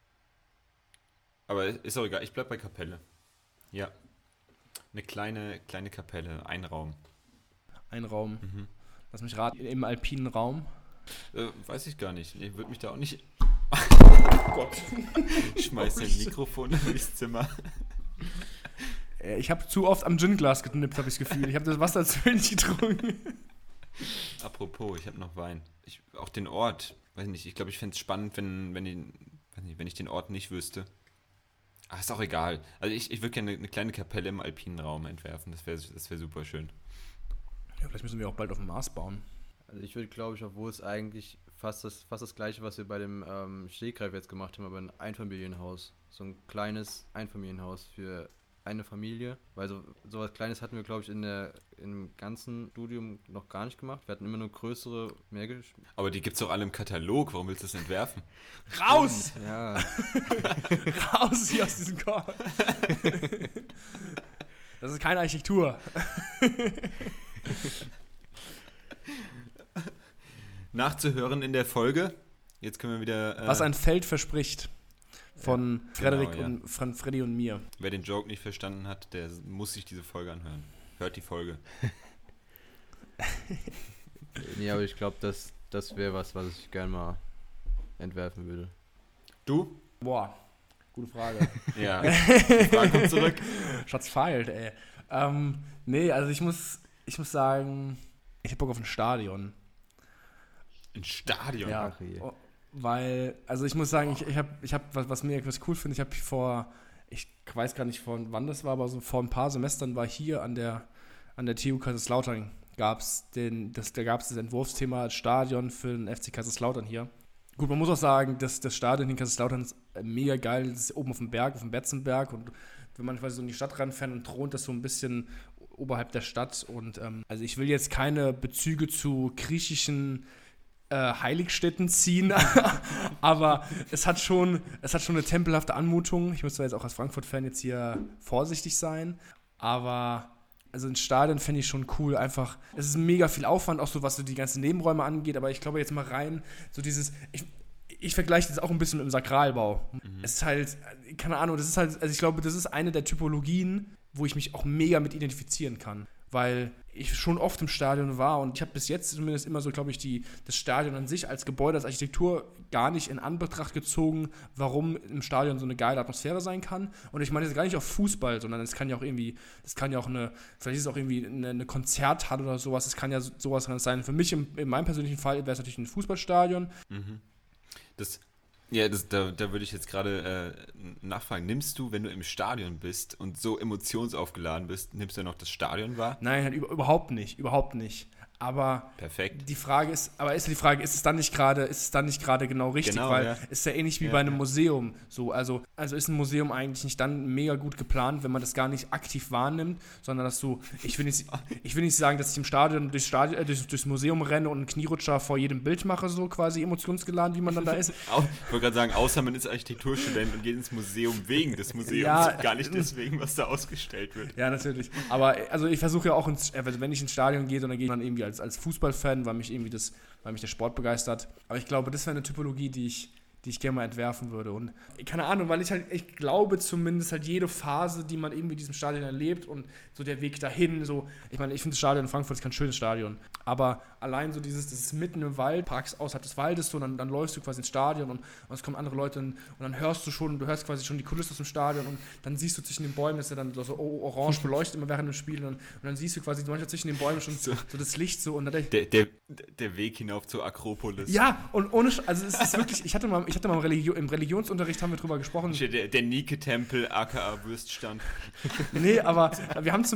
Aber ist auch egal, ich bleibe bei Kapelle. Ja. Eine kleine Kapelle, ein Raum. Ein Raum. Mhm. Lass mich raten, im alpinen Raum. Weiß ich gar nicht. Ich würde mich da auch nicht... Oh Gott. Ich schmeiß dein Mikrofon durchs Zimmer. Ich habe zu oft am Ginglas geknippt, habe ich das Gefühl. Ich habe das Wasser zu wenig getrunken. Apropos, ich habe noch Wein. Auch den Ort, weiß nicht, ich glaube, ich fände es spannend, wenn ich den Ort nicht wüsste. Ach, ist auch egal. Also ich würde gerne eine kleine Kapelle im alpinen Raum entwerfen. Das wär super schön. Ja, vielleicht müssen wir auch bald auf dem Mars bauen. Also ich würde, glaube ich, obwohl es eigentlich fast das Gleiche, was wir bei dem Stegreif jetzt gemacht haben, aber ein Einfamilienhaus. So ein kleines Einfamilienhaus für eine Familie. Weil so was Kleines hatten wir, glaube ich, im ganzen Studium noch gar nicht gemacht. Wir hatten immer nur größere, Aber die gibt's doch alle im Katalog. Warum willst du das entwerfen? Raus! Ja. Raus hier aus diesem Korb. Das ist keine Architektur. Nachzuhören in der Folge. Jetzt können wir wieder... Was ein Feld verspricht. Von Frederik und von Freddy und mir. Wer den Joke nicht verstanden hat, der muss sich diese Folge anhören. Hört die Folge. Nee, aber ich glaube, das wäre was ich gerne mal entwerfen würde. Du? Boah, gute Frage. Ja, die Frage kommt zurück. Shots fired, ey. Nee, also ich muss sagen, ich hab Bock auf ein Stadion. Ein Stadion? Ja, weil, also ich muss sagen, ich hab was cool finde, ich habe ich weiß gar nicht, von wann das war, aber so vor ein paar Semestern war hier an der TU Kaiserslautern gab es das Entwurfsthema Stadion für den FC Kaiserslautern hier. Gut, man muss auch sagen, das Stadion in Kaiserslautern ist mega geil. Das ist oben auf dem Berg, auf dem Betzenberg. Und wenn man quasi so in die Stadt ranfährt und thront das so ein bisschen oberhalb der Stadt. Und also ich will jetzt keine Bezüge zu griechischen Heiligstätten ziehen, aber es hat schon eine tempelhafte Anmutung. Ich muss zwar jetzt auch als Frankfurt-Fan jetzt hier vorsichtig sein, aber also ein Stadion fände ich schon cool, einfach, es ist mega viel Aufwand, auch so was so die ganzen Nebenräume angeht, aber ich glaube jetzt mal rein, so dieses, ich vergleiche das auch ein bisschen mit dem Sakralbau. Es ist halt, keine Ahnung, das ist halt, also ich glaube, das ist eine der Typologien, wo ich mich auch mega mit identifizieren kann, weil ich schon oft im Stadion war und ich habe bis jetzt zumindest immer so, glaube ich, das Stadion an sich als Gebäude, als Architektur gar nicht in Anbetracht gezogen, warum im Stadion so eine geile Atmosphäre sein kann. Und ich meine jetzt gar nicht auf Fußball, sondern es kann ja auch irgendwie, vielleicht ist es auch irgendwie eine Konzerthalle oder sowas, es kann ja sowas sein. Für mich, in meinem persönlichen Fall, wäre es natürlich ein Fußballstadion. Da würde ich jetzt gerade nachfragen. Nimmst du, wenn du im Stadion bist und so emotionsaufgeladen bist, nimmst du noch das Stadion wahr? Nein, halt überhaupt nicht. Aber Perfekt. Die Frage ist, ist es dann nicht gerade genau richtig? Genau, weil ja. es ist ja ähnlich wie bei einem Museum. So, also ist ein Museum eigentlich nicht dann mega gut geplant, wenn man das gar nicht aktiv wahrnimmt, sondern dass du, ich will nicht sagen, dass ich im Stadion durchs Museum renne und einen Knierutscher vor jedem Bild mache, so quasi emotionsgeladen, wie man dann da ist. Ich wollte gerade sagen, außer man ist Architekturstudent und geht ins Museum wegen des Museums, gar nicht deswegen, was da ausgestellt wird. Ja, natürlich. Aber also ich versuche ja auch, wenn ich ins Stadion gehe, dann gehe ich dann irgendwie als Fußballfan, weil mich der Sport begeistert. Aber ich glaube, das wäre eine Typologie, die ich gerne mal entwerfen würde. Und keine Ahnung, weil ich glaube zumindest halt jede Phase, die man irgendwie in diesem Stadion erlebt und so der Weg dahin, so, ich meine, ich finde das Stadion in Frankfurt ist kein schönes Stadion, aber allein so das ist mitten im Wald, parkst außerhalb des Waldes so, und dann läufst du quasi ins Stadion und es kommen andere Leute und dann hörst du quasi schon die Kulisse aus dem Stadion und dann siehst du zwischen den Bäumen, das ist ja dann so orange beleuchtet immer während dem Spiel und dann siehst du quasi manchmal zwischen den Bäumen schon so das Licht so und dann der Weg hinauf zur Akropolis. Ja, und also es ist wirklich, ich hatte mal im Religionsunterricht haben wir drüber gesprochen. Der Nike-Tempel, aka Würststand. Nee, aber wir haben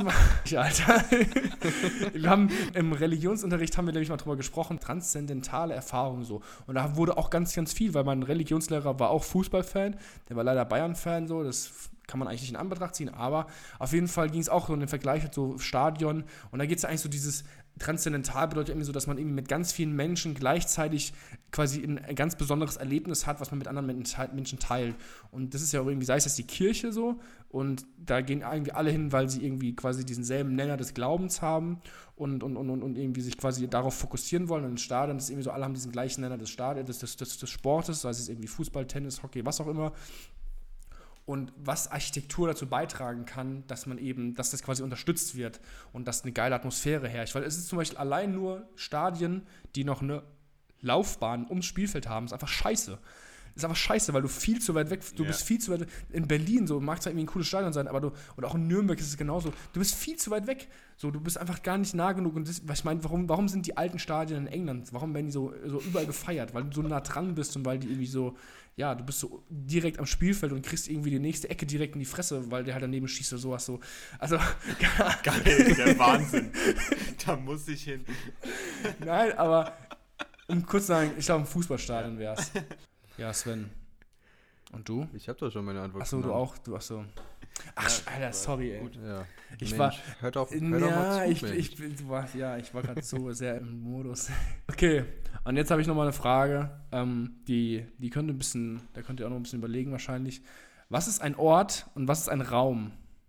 im Religionsunterricht haben wir nämlich mal drüber gesprochen, transzendentale Erfahrungen so. Und da wurde auch ganz, ganz viel, weil mein Religionslehrer war auch Fußballfan, der war leider Bayern-Fan so, das kann man eigentlich nicht in Anbetracht ziehen, aber auf jeden Fall ging es auch so in den Vergleich mit so Stadion und da geht es eigentlich so dieses transzendental bedeutet irgendwie so, dass man irgendwie mit ganz vielen Menschen gleichzeitig quasi ein ganz besonderes Erlebnis hat, was man mit anderen Menschen teilt. Und das ist ja auch irgendwie, sei es jetzt die Kirche so, und da gehen irgendwie alle hin, weil sie irgendwie quasi diesen selben Nenner des Glaubens haben und irgendwie sich quasi darauf fokussieren wollen. Und im Stadion ist irgendwie so, alle haben diesen gleichen Nenner des Sportes, sei es irgendwie Fußball, Tennis, Hockey, was auch immer. Und was Architektur dazu beitragen kann, dass das quasi unterstützt wird und dass eine geile Atmosphäre herrscht. Weil es ist zum Beispiel allein nur Stadien, die noch eine Laufbahn ums Spielfeld haben, ist einfach scheiße. Ist einfach scheiße, weil du viel zu weit weg, bist viel zu weit, in Berlin, so mag zwar irgendwie ein cooles Stadion sein, aber oder auch in Nürnberg ist es genauso, du bist viel zu weit weg, so, du bist einfach gar nicht nah genug und das, was ich meine, warum sind die alten Stadien in England, warum werden die so überall gefeiert, weil du so nah dran bist und weil die irgendwie so, ja, du bist so direkt am Spielfeld und kriegst irgendwie die nächste Ecke direkt in die Fresse, weil der halt daneben schießt oder sowas so, also geil, der Wahnsinn, da muss ich hin. Nein, aber um kurz zu sagen, ich glaube, ein Fußballstadion wär's. Ja, Sven. Und du? Ich habe doch schon meine Antwort. Achso, du auch. Achso. Ach, ja, Alter, sorry, ey. Gut. Ja. Hört doch mal zu, ich war gerade so sehr im Modus. Okay, und jetzt habe ich nochmal eine Frage, die könnte da könnt ihr auch noch ein bisschen überlegen wahrscheinlich. Was ist ein Ort und was ist ein Raum?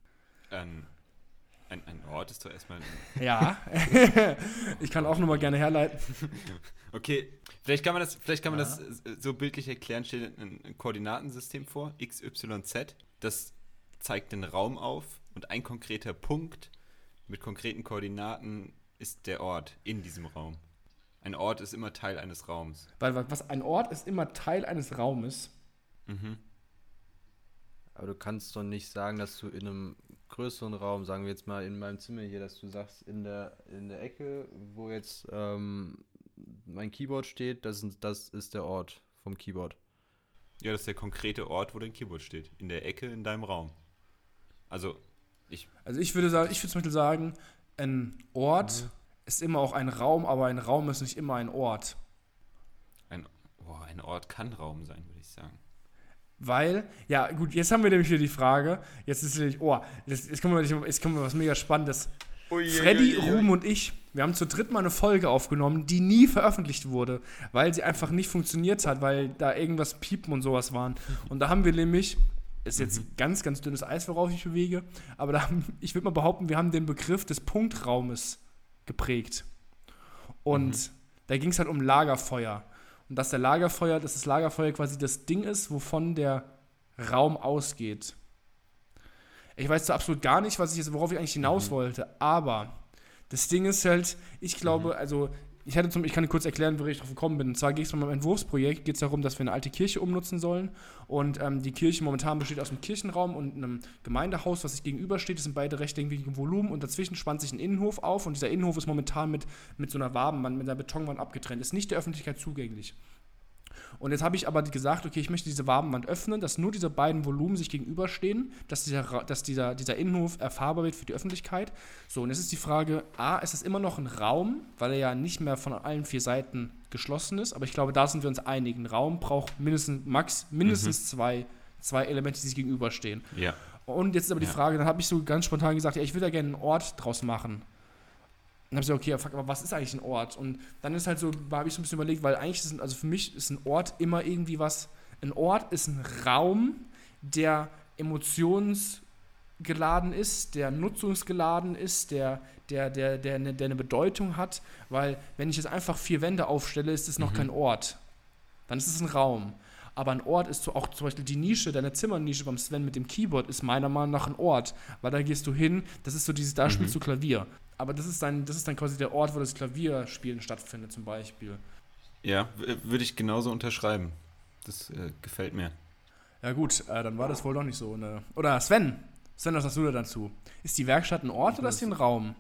Ein Ort ist doch erstmal... Ja, ich kann auch nochmal gerne herleiten. Okay, vielleicht kann man das so bildlich erklären, steht ein Koordinatensystem vor, X, Y, Z. Das zeigt den Raum auf und ein konkreter Punkt mit konkreten Koordinaten ist der Ort in diesem Raum. Ein Ort ist immer Teil eines Raums. Ein Ort ist immer Teil eines Raumes? Mhm. Aber du kannst doch nicht sagen, dass du in einem größeren Raum, sagen wir jetzt mal in meinem Zimmer hier, dass du sagst, in der Ecke, wo jetzt mein Keyboard steht, das ist der Ort vom Keyboard. Ja, das ist der konkrete Ort, wo dein Keyboard steht. In der Ecke in deinem Raum. Also ich würde zum Beispiel sagen, ein Ort ist immer auch ein Raum, aber ein Raum ist nicht immer ein Ort. ein Ort kann Raum sein, würde ich sagen. Weil, ja gut, jetzt haben wir nämlich wieder die Frage, jetzt ist nämlich, jetzt kommen wir was mega Spannendes. Freddy, Ruben und ich, wir haben zu dritt mal eine Folge aufgenommen, die nie veröffentlicht wurde, weil sie einfach nicht funktioniert hat, weil da irgendwas Piepen und sowas waren. Und da haben wir nämlich, ist jetzt ganz, ganz dünnes Eis, worauf ich bewege, aber ich würde mal behaupten, wir haben den Begriff des Punktraumes geprägt. Und da ging es halt um Lagerfeuer. Und dass das Lagerfeuer quasi das Ding ist, wovon der Raum ausgeht. Ich weiß zwar absolut gar nicht, worauf ich eigentlich hinaus wollte, aber das Ding ist halt, ich glaube, also ich kann dir kurz erklären, wie ich drauf gekommen bin. Und zwar geht es bei meinem Entwurfsprojekt, geht es darum, dass wir eine alte Kirche umnutzen sollen. Und die Kirche momentan besteht aus einem Kirchenraum und einem Gemeindehaus, was sich gegenübersteht. Das sind beide rechteckigen Volumen und dazwischen spannt sich ein Innenhof auf. Und dieser Innenhof ist momentan mit so einer Wabenwand, mit einer Betonwand abgetrennt. Ist nicht der Öffentlichkeit zugänglich. Und jetzt habe ich aber gesagt, okay, ich möchte diese Wabenwand öffnen, dass nur diese beiden Volumen sich gegenüberstehen, dass dieser Innenhof erfahrbar wird für die Öffentlichkeit. So, und jetzt ist die Frage, ist es immer noch ein Raum, weil er ja nicht mehr von allen 4 Seiten geschlossen ist, aber ich glaube, da sind wir uns einig. Ein Raum braucht mindestens zwei Elemente, die sich gegenüberstehen. Ja. Und jetzt ist aber die Frage, dann habe ich so ganz spontan gesagt, ja, ich will da gerne einen Ort draus machen. Dann habe ich gesagt, okay, fuck, aber was ist eigentlich ein Ort? Und dann ist halt so, habe ich so ein bisschen überlegt, weil eigentlich für mich ist ein Ort immer irgendwie was. Ein Ort ist ein Raum, der emotionsgeladen ist, der nutzungsgeladen ist, der eine Bedeutung hat, weil wenn ich jetzt einfach 4 Wände aufstelle, ist es noch kein Ort. Dann ist es ein Raum. Aber ein Ort ist auch zum Beispiel die Nische, deine Zimmernische beim Sven mit dem Keyboard ist meiner Meinung nach ein Ort, weil da gehst du hin, das ist so da spielst du Klavier. Aber das ist dann quasi der Ort, wo das Klavierspielen stattfindet zum Beispiel. Ja, würde ich genauso unterschreiben. Das gefällt mir. Ja gut, dann war das wohl doch nicht so. Oder Sven, was sagst du da dazu? Ist die Werkstatt ein Ort oder ist sie ein Raum?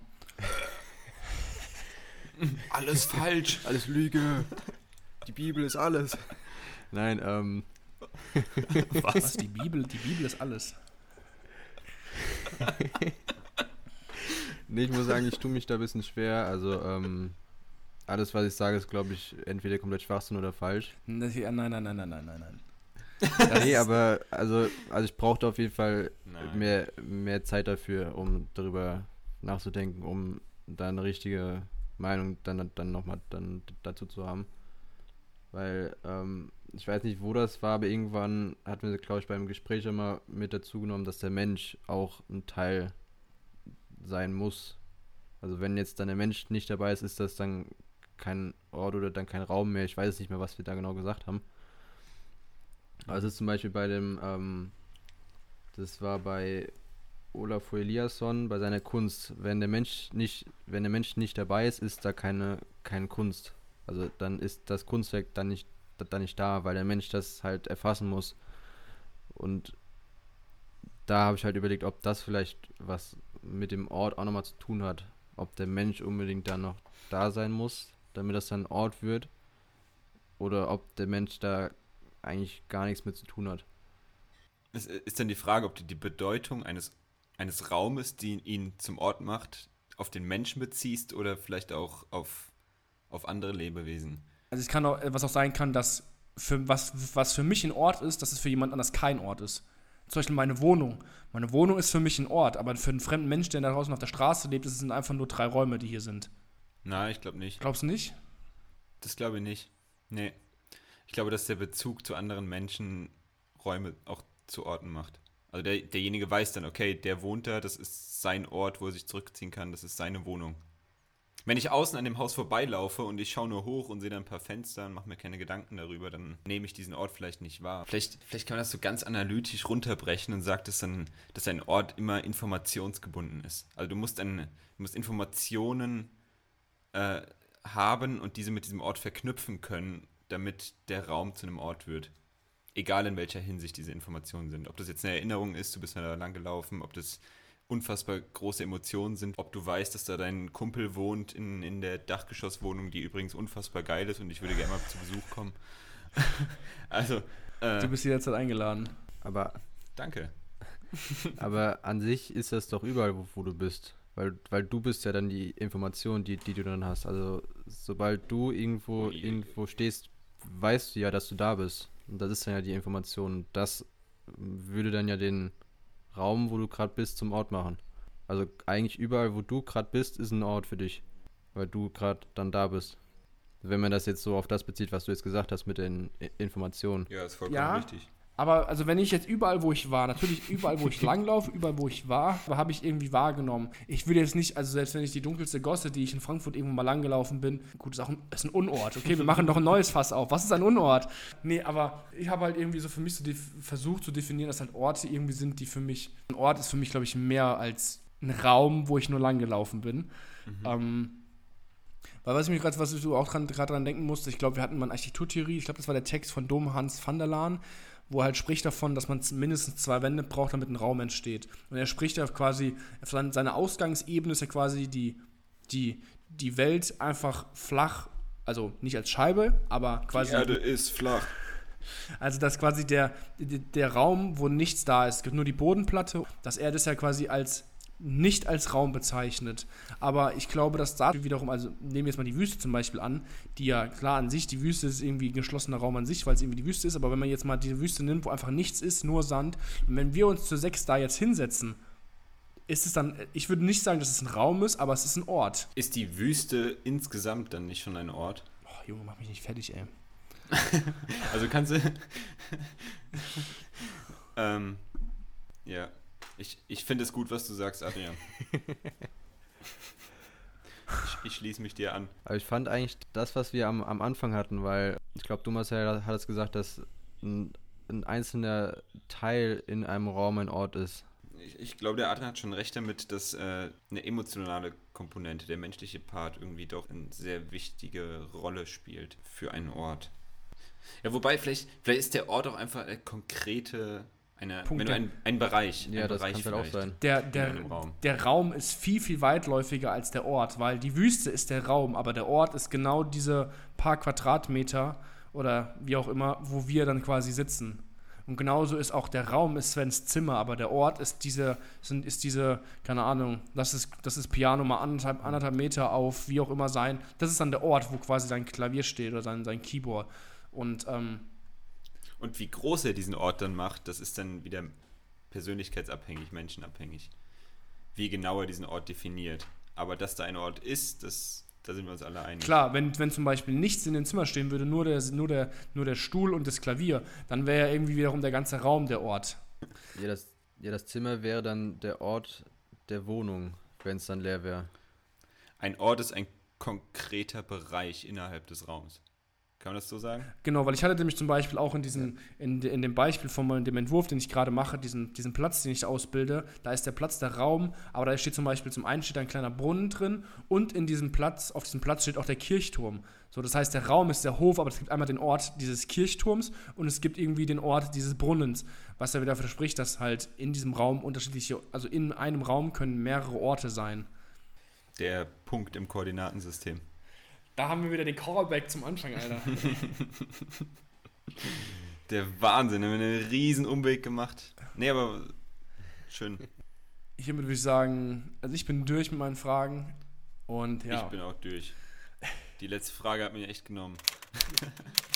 Alles falsch. Alles Lüge. Die Bibel ist alles. Nein, Was? Die Bibel ist alles. Nee, ich muss sagen, ich tue mich da ein bisschen schwer. Also, alles, was ich sage, ist, glaube ich, entweder komplett Schwachsinn oder falsch. Nein. Nee, aber also ich brauchte auf jeden Fall mehr Zeit dafür, um darüber nachzudenken, um da eine richtige Meinung dann nochmal dazu zu haben. Weil, ich weiß nicht, wo das war, aber irgendwann hatten wir, glaube ich, beim Gespräch immer mit dazu genommen, dass der Mensch auch ein Teil sein muss. Also wenn jetzt dann der Mensch nicht dabei ist, ist das dann kein Ort oder dann kein Raum mehr. Ich weiß es nicht mehr, was wir da genau gesagt haben. Aber es ist zum Beispiel bei dem, das war bei Olafur Eliasson, bei seiner Kunst. Wenn der Mensch nicht dabei ist, ist da keine Kunst. Also dann ist das Kunstwerk dann nicht da, weil der Mensch das halt erfassen muss. Und da habe ich halt überlegt, ob das vielleicht was mit dem Ort auch nochmal zu tun hat. Ob der Mensch unbedingt da noch da sein muss, damit das dann ein Ort wird. Oder ob der Mensch da eigentlich gar nichts mit zu tun hat. Es ist dann die Frage, ob du die Bedeutung eines Raumes, die ihn zum Ort macht, auf den Menschen beziehst oder vielleicht auch auf andere Lebewesen. Also es kann auch, was auch sein kann, dass was für mich ein Ort ist, dass es für jemand anders kein Ort ist. Zum Beispiel meine Wohnung. Meine Wohnung ist für mich ein Ort, aber für einen fremden Menschen, der da draußen auf der Straße lebt, sind es einfach nur 3 Räume, die hier sind. Nein, ich glaube nicht. Glaubst du nicht? Das glaube ich nicht. Nee. Ich glaube, dass der Bezug zu anderen Menschen Räume auch zu Orten macht. Also derjenige weiß dann, okay, der wohnt da, das ist sein Ort, wo er sich zurückziehen kann, das ist seine Wohnung. Wenn ich außen an dem Haus vorbeilaufe und ich schaue nur hoch und sehe da ein paar Fenster und mache mir keine Gedanken darüber, dann nehme ich diesen Ort vielleicht nicht wahr. Vielleicht kann man das so ganz analytisch runterbrechen und sagt es dann, dass ein Ort immer informationsgebunden ist. Also du musst Informationen haben und diese mit diesem Ort verknüpfen können, damit der Raum zu einem Ort wird. Egal in welcher Hinsicht diese Informationen sind. Ob das jetzt eine Erinnerung ist, du bist da lang gelaufen, ob das unfassbar große Emotionen sind, ob du weißt, dass da dein Kumpel wohnt in der Dachgeschosswohnung, die übrigens unfassbar geil ist und ich würde gerne mal zu Besuch kommen. Also, Du bist jederzeit eingeladen. Aber, Danke. aber an sich ist das doch überall, wo du bist. Weil du bist ja dann die Information, die du dann hast. Also sobald du irgendwo stehst, weißt du ja, dass du da bist. Und das ist dann ja die Information. Und das würde dann ja den Raum, wo du gerade bist, zum Ort machen. Also eigentlich überall, wo du gerade bist, ist ein Ort für dich. Weil du gerade dann da bist. Wenn man das jetzt so auf das bezieht, was du jetzt gesagt hast mit den Informationen. Ja, ist vollkommen richtig. Aber also wenn ich jetzt überall, wo ich war, natürlich überall, wo ich langlaufe, überall, wo ich war, habe ich irgendwie wahrgenommen. Ich würde jetzt nicht, also selbst wenn ich die dunkelste Gosse, die ich in Frankfurt irgendwo mal langgelaufen bin, gut, ist ein Unort. Okay, wir machen doch ein neues Fass auf. Was ist ein Unort? Nee, aber ich habe halt irgendwie so für mich so versucht zu definieren, dass halt Orte irgendwie sind, die für mich, ein Ort ist für mich, glaube ich, mehr als ein Raum, wo ich nur langgelaufen bin. Weil was du auch gerade dran denken musst, ich glaube, wir hatten mal eine Architekturtheorie, ich glaube, das war der Text von Dom Hans van der Laan, wo er halt spricht davon, dass man mindestens 2 Wände braucht, damit ein Raum entsteht. Und er spricht ja quasi, seine Ausgangsebene ist ja quasi die Welt einfach flach, also nicht als Scheibe, aber quasi... Die Erde ist flach. Also dass quasi der Raum, wo nichts da ist, es gibt nur die Bodenplatte, dass er das ja quasi nicht als Raum bezeichnet. Aber ich glaube, dass da wiederum, also nehmen wir jetzt mal die Wüste zum Beispiel an, die ja klar an sich, die Wüste ist irgendwie ein geschlossener Raum an sich, weil es irgendwie die Wüste ist, aber wenn man jetzt mal diese Wüste nimmt, wo einfach nichts ist, nur Sand, und wenn wir uns zu 6 da jetzt hinsetzen, ist es dann, ich würde nicht sagen, dass es ein Raum ist, aber es ist ein Ort. Ist die Wüste insgesamt dann nicht schon ein Ort? Oh, Junge, mach mich nicht fertig, ey. Also kannst du... ja. Ich finde es gut, was du sagst, Adrian. Ich schließe mich dir an. Aber ich fand eigentlich das, was wir am Anfang hatten, weil ich glaube, du Marcel hat es gesagt, dass ein einzelner Teil in einem Raum ein Ort ist. Ich glaube, der Adrian hat schon recht damit, dass eine emotionale Komponente, der menschliche Part, irgendwie doch eine sehr wichtige Rolle spielt für einen Ort. Ja, wobei, vielleicht ist der Ort auch einfach eine konkrete... Punkt, ein Bereich. Ja, das kann halt auch sein. Der Raum ist viel, viel weitläufiger als der Ort, weil die Wüste ist der Raum, aber der Ort ist genau diese paar Quadratmeter oder wie auch immer, wo wir dann quasi sitzen. Und genauso ist auch der Raum ist Svens Zimmer, aber der Ort ist diese, keine Ahnung, das ist Piano mal anderthalb Meter auf, wie auch immer sein. Das ist dann der Ort, wo quasi sein Klavier steht oder sein Keyboard. Und wie groß er diesen Ort dann macht, das ist dann wieder persönlichkeitsabhängig, menschenabhängig. Wie genau er diesen Ort definiert. Aber dass da ein Ort ist, da sind wir uns alle einig. Klar, wenn zum Beispiel nichts in dem Zimmer stehen würde, nur der Stuhl und das Klavier, dann wäre ja irgendwie wiederum der ganze Raum der Ort. Ja, das Zimmer wäre dann der Ort der Wohnung, wenn es dann leer wäre. Ein Ort ist ein konkreter Bereich innerhalb des Raums. Kann man das so sagen? Genau, weil ich hatte nämlich zum Beispiel auch in dem Beispiel von dem Entwurf, den ich gerade mache, diesen Platz, den ich ausbilde, da ist der Platz der Raum, aber da steht zum Beispiel zum einen steht ein kleiner Brunnen drin und auf diesem Platz steht auch der Kirchturm. So, das heißt, der Raum ist der Hof, aber es gibt einmal den Ort dieses Kirchturms und es gibt irgendwie den Ort dieses Brunnens, was ja wieder dafür spricht, dass halt in diesem Raum also in einem Raum können mehrere Orte sein. Der Punkt im Koordinatensystem. Da haben wir wieder den Callback zum Anfang, Alter. Der Wahnsinn, haben wir einen riesen Umweg gemacht. Nee, aber schön. Hiermit würde ich sagen, also ich bin durch mit meinen Fragen und ja. Ich bin auch durch. Die letzte Frage hat mich echt genommen.